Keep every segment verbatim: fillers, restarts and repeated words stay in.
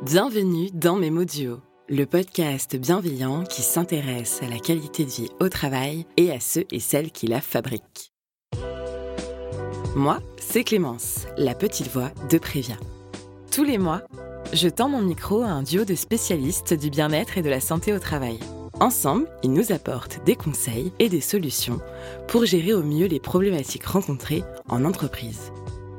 Bienvenue dans Mémo Duo, le podcast bienveillant qui s'intéresse à la qualité de vie au travail et à ceux et celles qui la fabriquent. Moi, c'est Clémence, la petite voix de Prévia. Tous les mois, je tends mon micro à un duo de spécialistes du bien-être et de la santé au travail. Ensemble, ils nous apportent des conseils et des solutions pour gérer au mieux les problématiques rencontrées en entreprise.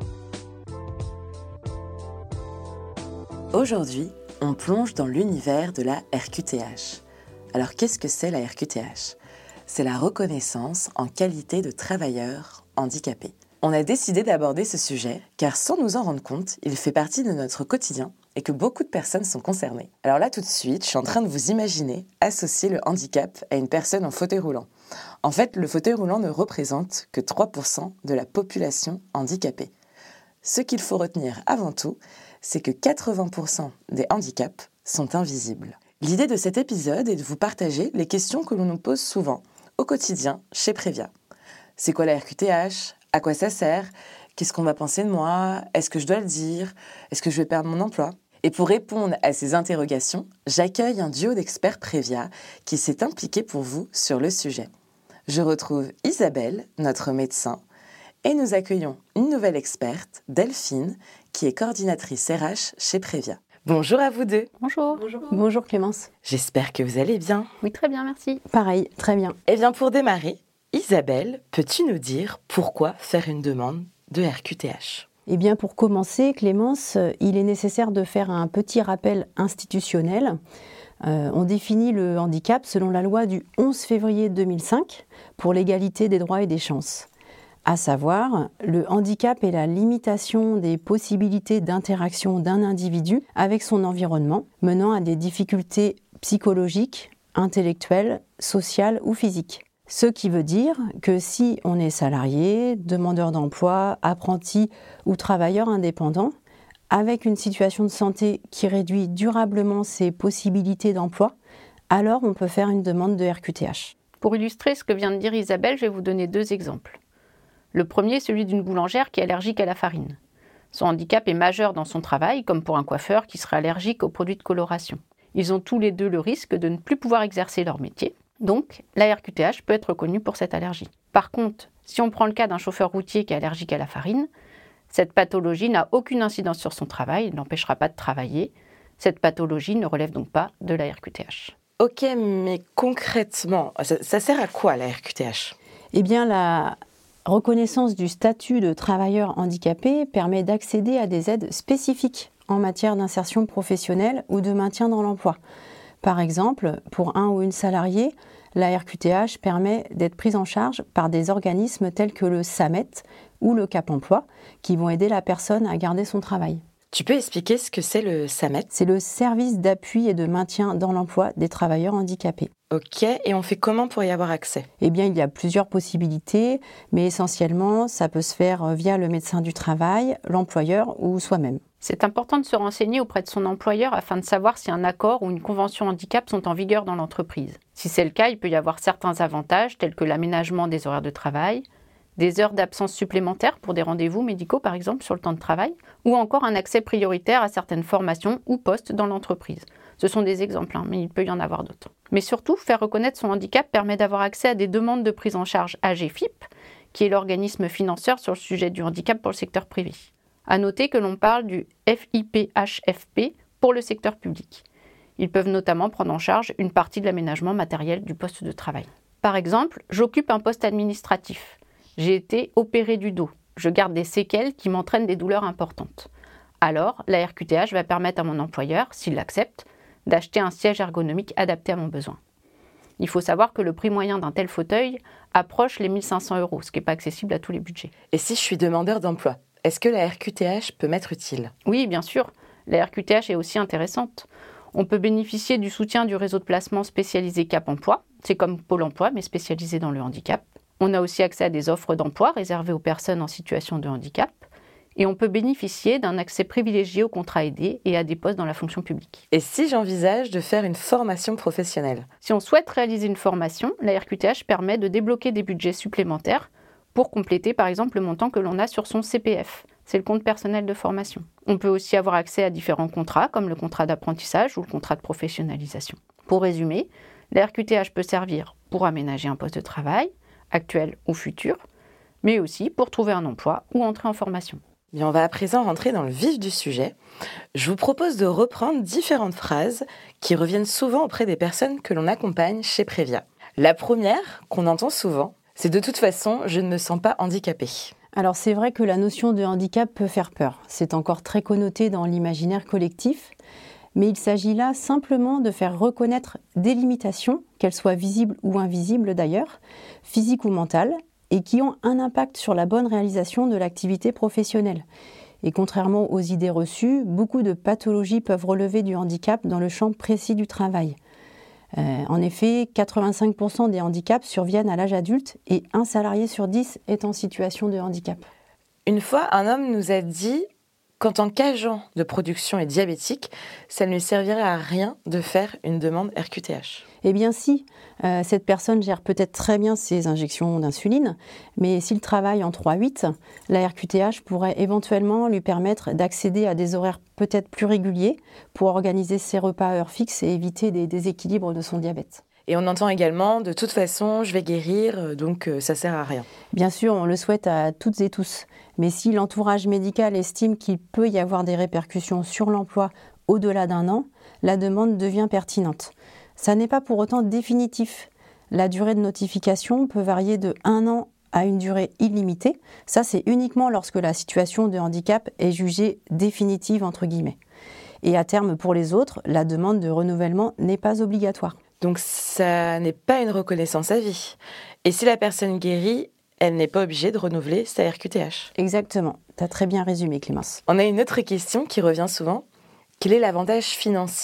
Aujourd'hui, on plonge dans l'univers de la R Q T H. Alors qu'est-ce que c'est la R Q T H ? C'est la reconnaissance en qualité de travailleur handicapé. On a décidé d'aborder ce sujet car sans nous en rendre compte, il fait partie de notre quotidien et que beaucoup de personnes sont concernées. Alors là tout de suite, je suis en train de vous imaginer associer le handicap à une personne en fauteuil roulant. En fait, le fauteuil roulant ne représente que trois pour cent de la population handicapée. Ce qu'il faut retenir avant tout, c'est que quatre-vingts pour cent des handicaps sont invisibles. L'idée de cet épisode est de vous partager les questions que l'on nous pose souvent au quotidien chez Prévia. C'est quoi la R Q T H ? À quoi ça sert ? Qu'est-ce qu'on va penser de moi ? Est-ce que je dois le dire ? Est-ce que je vais perdre mon emploi ? Et pour répondre à ces interrogations, j'accueille un duo d'experts Prévia qui s'est impliqué pour vous sur le sujet. Je retrouve Isabelle, notre médecin, et nous accueillons une nouvelle experte, Delphine, qui est coordinatrice R H chez Prévia. Bonjour à vous deux. Bonjour. Bonjour. Bonjour Clémence. J'espère que vous allez bien. Oui, très bien, merci. Pareil, très bien. Eh bien, pour démarrer, Isabelle, peux-tu nous dire pourquoi faire une demande de R Q T H ? Eh bien, pour commencer, Clémence, il est nécessaire de faire un petit rappel institutionnel. Euh, on définit le handicap selon la loi du onze février deux mille cinq pour l'égalité des droits et des chances. À savoir, le handicap est la limitation des possibilités d'interaction d'un individu avec son environnement, menant à des difficultés psychologiques, intellectuelles, sociales ou physiques. Ce qui veut dire que si on est salarié, demandeur d'emploi, apprenti ou travailleur indépendant, avec une situation de santé qui réduit durablement ses possibilités d'emploi, alors on peut faire une demande de R Q T H. Pour illustrer ce que vient de dire Isabelle, je vais vous donner deux exemples. Le premier, celui d'une boulangère qui est allergique à la farine. Son handicap est majeur dans son travail, comme pour un coiffeur qui serait allergique aux produits de coloration. Ils ont tous les deux le risque de ne plus pouvoir exercer leur métier. Donc, la R Q T H peut être reconnue pour cette allergie. Par contre, si on prend le cas d'un chauffeur routier qui est allergique à la farine, cette pathologie n'a aucune incidence sur son travail, ne l'empêchera pas de travailler. Cette pathologie ne relève donc pas de la R Q T H. Ok, mais concrètement, ça, ça sert à quoi la R Q T H ? Eh bien, la reconnaissance du statut de travailleur handicapé permet d'accéder à des aides spécifiques en matière d'insertion professionnelle ou de maintien dans l'emploi. Par exemple, pour un ou une salariée, la R Q T H permet d'être prise en charge par des organismes tels que le SAMET ou le Cap Emploi qui vont aider la personne à garder son travail. Tu peux expliquer ce que c'est le SAMET ? C'est le service d'appui et de maintien dans l'emploi des travailleurs handicapés. Ok, et on fait comment pour y avoir accès ? Eh bien, il y a plusieurs possibilités, mais essentiellement, ça peut se faire via le médecin du travail, l'employeur ou soi-même. C'est important de se renseigner auprès de son employeur afin de savoir si un accord ou une convention handicap sont en vigueur dans l'entreprise. Si c'est le cas, il peut y avoir certains avantages tels que l'aménagement des horaires de travail, des heures d'absence supplémentaires pour des rendez-vous médicaux par exemple sur le temps de travail, ou encore un accès prioritaire à certaines formations ou postes dans l'entreprise. Ce sont des exemples, hein, mais il peut y en avoir d'autres. Mais surtout, faire reconnaître son handicap permet d'avoir accès à des demandes de prise en charge A G F I P, qui est l'organisme financeur sur le sujet du handicap pour le secteur privé. À noter que l'on parle du F I P H F P pour le secteur public. Ils peuvent notamment prendre en charge une partie de l'aménagement matériel du poste de travail. Par exemple, j'occupe un poste administratif. J'ai été opéré du dos. Je garde des séquelles qui m'entraînent des douleurs importantes. Alors, la R Q T H va permettre à mon employeur, s'il l'accepte, d'acheter un siège ergonomique adapté à mon besoin. Il faut savoir que le prix moyen d'un tel fauteuil approche les mille cinq cents euros, ce qui n'est pas accessible à tous les budgets. Et si je suis demandeur d'emploi, est-ce que la R Q T H peut m'être utile ? Oui, bien sûr. La R Q T H est aussi intéressante. On peut bénéficier du soutien du réseau de placement spécialisé Cap Emploi. C'est comme Pôle emploi, mais spécialisé dans le handicap. On a aussi accès à des offres d'emploi réservées aux personnes en situation de handicap. Et on peut bénéficier d'un accès privilégié aux contrats aidés et à des postes dans la fonction publique. Et si j'envisage de faire une formation professionnelle ? Si on souhaite réaliser une formation, la R Q T H permet de débloquer des budgets supplémentaires pour compléter par exemple le montant que l'on a sur son C P F. c'est le compte personnel de formation. On peut aussi avoir accès à différents contrats, comme le contrat d'apprentissage ou le contrat de professionnalisation. Pour résumer, la R Q T H peut servir pour aménager un poste de travail, actuel ou futur, mais aussi pour trouver un emploi ou entrer en formation. Bien, on va à présent rentrer dans le vif du sujet. Je vous propose de reprendre différentes phrases qui reviennent souvent auprès des personnes que l'on accompagne chez Prévia. La première, qu'on entend souvent, c'est « de toute façon, je ne me sens pas handicapée ». Alors c'est vrai que la notion de handicap peut faire peur. C'est encore très connoté dans l'imaginaire collectif, mais il s'agit là simplement de faire reconnaître des limitations, qu'elles soient visibles ou invisibles d'ailleurs, physiques ou mentales, et qui ont un impact sur la bonne réalisation de l'activité professionnelle. Et contrairement aux idées reçues, beaucoup de pathologies peuvent relever du handicap dans le champ précis du travail. Euh, en effet, quatre-vingt-cinq pour cent des handicaps surviennent à l'âge adulte et un salarié sur dix est en situation de handicap. Une fois, un homme nous a dit qu'en tant qu'agent de production et diabétique, ça ne lui servirait à rien de faire une demande R Q T H. Eh bien si, euh, cette personne gère peut-être très bien ses injections d'insuline, mais s'il travaille en trois huit, la R Q T H pourrait éventuellement lui permettre d'accéder à des horaires peut-être plus réguliers pour organiser ses repas à heure fixe et éviter des déséquilibres de son diabète. Et on entend également, de toute façon, je vais guérir, donc euh, ça sert à rien. Bien sûr, on le souhaite à toutes et tous. Mais si l'entourage médical estime qu'il peut y avoir des répercussions sur l'emploi au-delà d'un an, la demande devient pertinente. Ça n'est pas pour autant définitif. La durée de notification peut varier de un an à une durée illimitée. Ça, c'est uniquement lorsque la situation de handicap est jugée définitive, entre guillemets. Et à terme, pour les autres, la demande de renouvellement n'est pas obligatoire. Donc ça n'est pas une reconnaissance à vie. Et si la personne guérit, elle n'est pas obligée de renouveler sa R Q T H. Exactement. Tu as très bien résumé, Clémence. On a une autre question qui revient souvent. Quel est l'avantage financier ?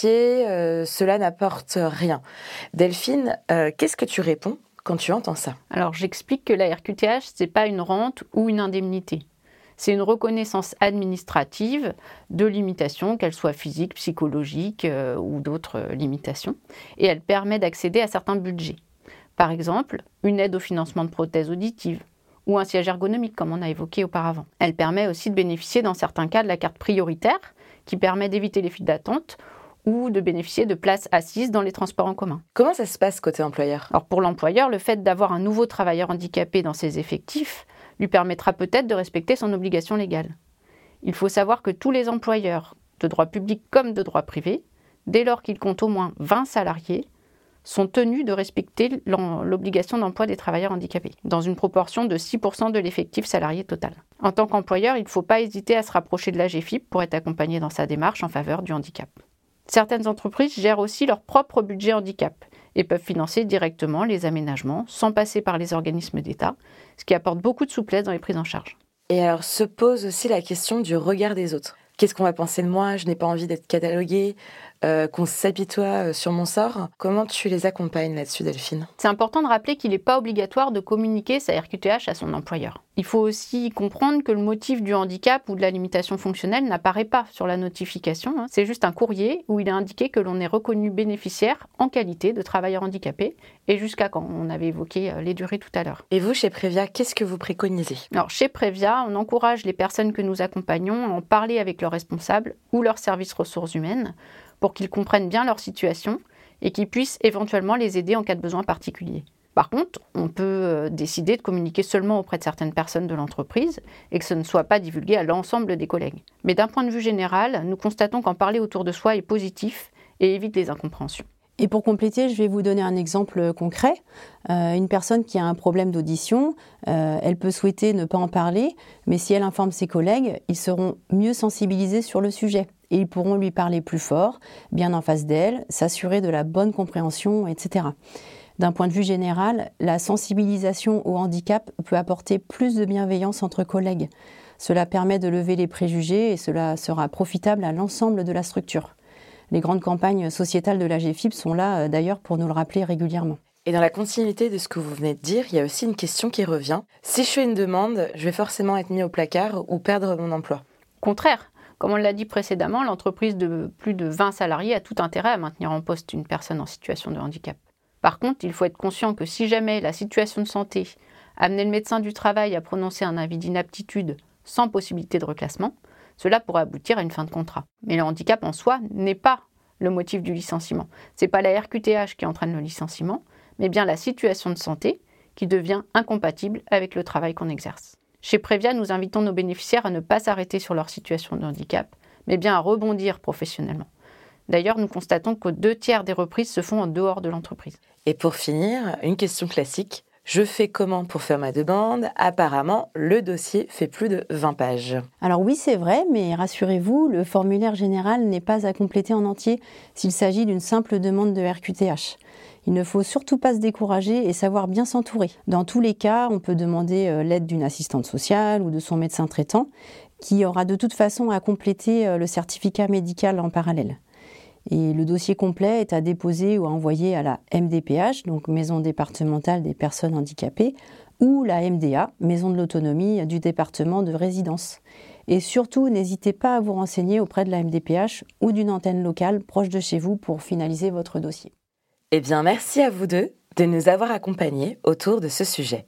euh, Cela n'apporte rien. Delphine, euh, qu'est-ce que tu réponds quand tu entends ça ? Alors j'explique que la R Q T H, ce n'est pas une rente ou une indemnité. C'est une reconnaissance administrative de limitations, qu'elles soient physiques, psychologiques euh, ou d'autres euh, limitations. Et elle permet d'accéder à certains budgets. Par exemple, une aide au financement de prothèses auditives ou un siège ergonomique, comme on a évoqué auparavant. Elle permet aussi de bénéficier, dans certains cas, de la carte prioritaire, qui permet d'éviter les files d'attente ou de bénéficier de places assises dans les transports en commun. Comment ça se passe côté employeur ? Alors pour l'employeur, le fait d'avoir un nouveau travailleur handicapé dans ses effectifs lui permettra peut-être de respecter son obligation légale. Il faut savoir que tous les employeurs, de droit public comme de droit privé, dès lors qu'ils comptent au moins vingt salariés, sont tenus de respecter l'obligation d'emploi des travailleurs handicapés, dans une proportion de six pour cent de l'effectif salarié total. En tant qu'employeur, il ne faut pas hésiter à se rapprocher de l'A G F I P pour être accompagné dans sa démarche en faveur du handicap. Certaines entreprises gèrent aussi leur propre budget handicap et peuvent financer directement les aménagements sans passer par les organismes d'État, ce qui apporte beaucoup de souplesse dans les prises en charge. Et alors se pose aussi la question du regard des autres. Qu'est-ce qu'on va penser de moi ? Je n'ai pas envie d'être cataloguée, euh, qu'on s'apitoie sur mon sort. Comment tu les accompagnes là-dessus, Delphine ? C'est important de rappeler qu'il n'est pas obligatoire de communiquer sa R Q T H à son employeur. Il faut aussi comprendre que le motif du handicap ou de la limitation fonctionnelle n'apparaît pas sur la notification. C'est juste un courrier où il est indiqué que l'on est reconnu bénéficiaire en qualité de travailleur handicapé et jusqu'à quand. On avait évoqué les durées tout à l'heure. Et vous, chez Prévia, qu'est-ce que vous préconisez ? Alors, chez Prévia, on encourage les personnes que nous accompagnons à en parler avec leurs responsables ou leurs services ressources humaines pour qu'ils comprennent bien leur situation et qu'ils puissent éventuellement les aider en cas de besoin particulier. Par contre, on peut décider de communiquer seulement auprès de certaines personnes de l'entreprise et que ce ne soit pas divulgué à l'ensemble des collègues. Mais d'un point de vue général, nous constatons qu'en parler autour de soi est positif et évite les incompréhensions. Et pour compléter, je vais vous donner un exemple concret. Euh, une personne qui a un problème d'audition, euh, elle peut souhaiter ne pas en parler, mais si elle informe ses collègues, ils seront mieux sensibilisés sur le sujet. Et ils pourront lui parler plus fort, bien en face d'elle, s'assurer de la bonne compréhension, et cetera. D'un point de vue général, la sensibilisation au handicap peut apporter plus de bienveillance entre collègues. Cela permet de lever les préjugés et cela sera profitable à l'ensemble de la structure. Les grandes campagnes sociétales de l'A G F I P sont là, d'ailleurs, pour nous le rappeler régulièrement. Et dans la continuité de ce que vous venez de dire, il y a aussi une question qui revient. Si je fais une demande, je vais forcément être mis au placard ou perdre mon emploi. Au contraire, comme on l'a dit précédemment, l'entreprise de plus de vingt salariés a tout intérêt à maintenir en poste une personne en situation de handicap. Par contre, il faut être conscient que si jamais la situation de santé amenait le médecin du travail à prononcer un avis d'inaptitude sans possibilité de reclassement, cela pourrait aboutir à une fin de contrat. Mais le handicap en soi n'est pas le motif du licenciement. Ce n'est pas la R Q T H qui entraîne le licenciement, mais bien la situation de santé qui devient incompatible avec le travail qu'on exerce. Chez Previa, nous invitons nos bénéficiaires à ne pas s'arrêter sur leur situation de handicap, mais bien à rebondir professionnellement. D'ailleurs, nous constatons que deux tiers des reprises se font en dehors de l'entreprise. Et pour finir, une question classique. Je fais comment pour faire ma demande ? Apparemment, le dossier fait plus de vingt pages. Alors oui, c'est vrai, mais rassurez-vous, le formulaire général n'est pas à compléter en entier s'il s'agit d'une simple demande de R Q T H. Il ne faut surtout pas se décourager et savoir bien s'entourer. Dans tous les cas, on peut demander l'aide d'une assistante sociale ou de son médecin traitant, qui aura de toute façon à compléter le certificat médical en parallèle. Et le dossier complet est à déposer ou à envoyer à la M D P H, donc Maison départementale des personnes handicapées, ou la M D A, Maison de l'autonomie du département de résidence. Et surtout, n'hésitez pas à vous renseigner auprès de la M D P H ou d'une antenne locale proche de chez vous pour finaliser votre dossier. Eh bien, merci à vous deux de nous avoir accompagnés autour de ce sujet.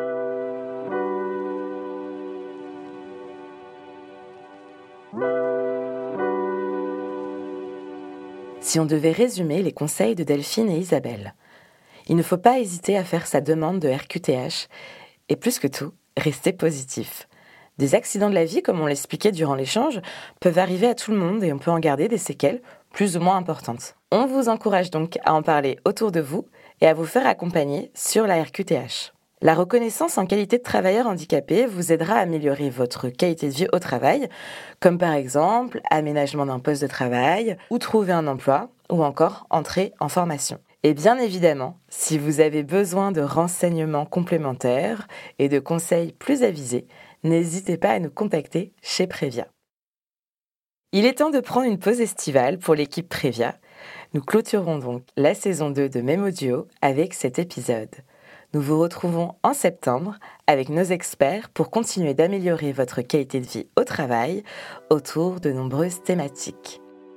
Si on devait résumer les conseils de Delphine et Isabelle, il ne faut pas hésiter à faire sa demande de R Q T H et plus que tout, rester positif. Des accidents de la vie, comme on l'expliquait durant l'échange, peuvent arriver à tout le monde et on peut en garder des séquelles plus ou moins importantes. On vous encourage donc à en parler autour de vous et à vous faire accompagner sur la R Q T H. La reconnaissance en qualité de travailleur handicapé vous aidera à améliorer votre qualité de vie au travail, comme par exemple aménagement d'un poste de travail, ou trouver un emploi, ou encore entrer en formation. Et bien évidemment, si vous avez besoin de renseignements complémentaires et de conseils plus avisés, n'hésitez pas à nous contacter chez Previa. Il est temps de prendre une pause estivale pour l'équipe Previa. Nous clôturons donc la saison deux de Mémoduo avec cet épisode. Nous vous retrouvons en septembre avec nos experts pour continuer d'améliorer votre qualité de vie au travail autour de nombreuses thématiques.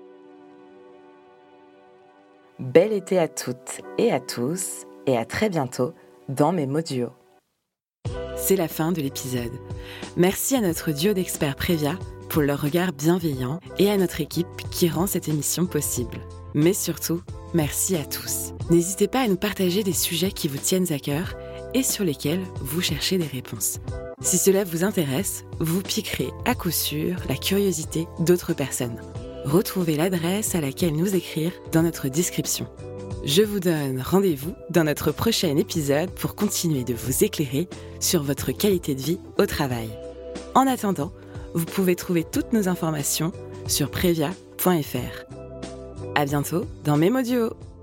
Bel été à toutes et à tous et à très bientôt dans Mémoduo. C'est la fin de l'épisode. Merci à notre duo d'experts Previa pour leur regard bienveillant et à notre équipe qui rend cette émission possible. Mais surtout, merci à tous. N'hésitez pas à nous partager des sujets qui vous tiennent à cœur et sur lesquels vous cherchez des réponses. Si cela vous intéresse, vous piquerez à coup sûr la curiosité d'autres personnes. Retrouvez l'adresse à laquelle nous écrire dans notre description. Je vous donne rendez-vous dans notre prochain épisode pour continuer de vous éclairer sur votre qualité de vie au travail. En attendant, vous pouvez trouver toutes nos informations sur previa point f r. À bientôt dans Mémoduo.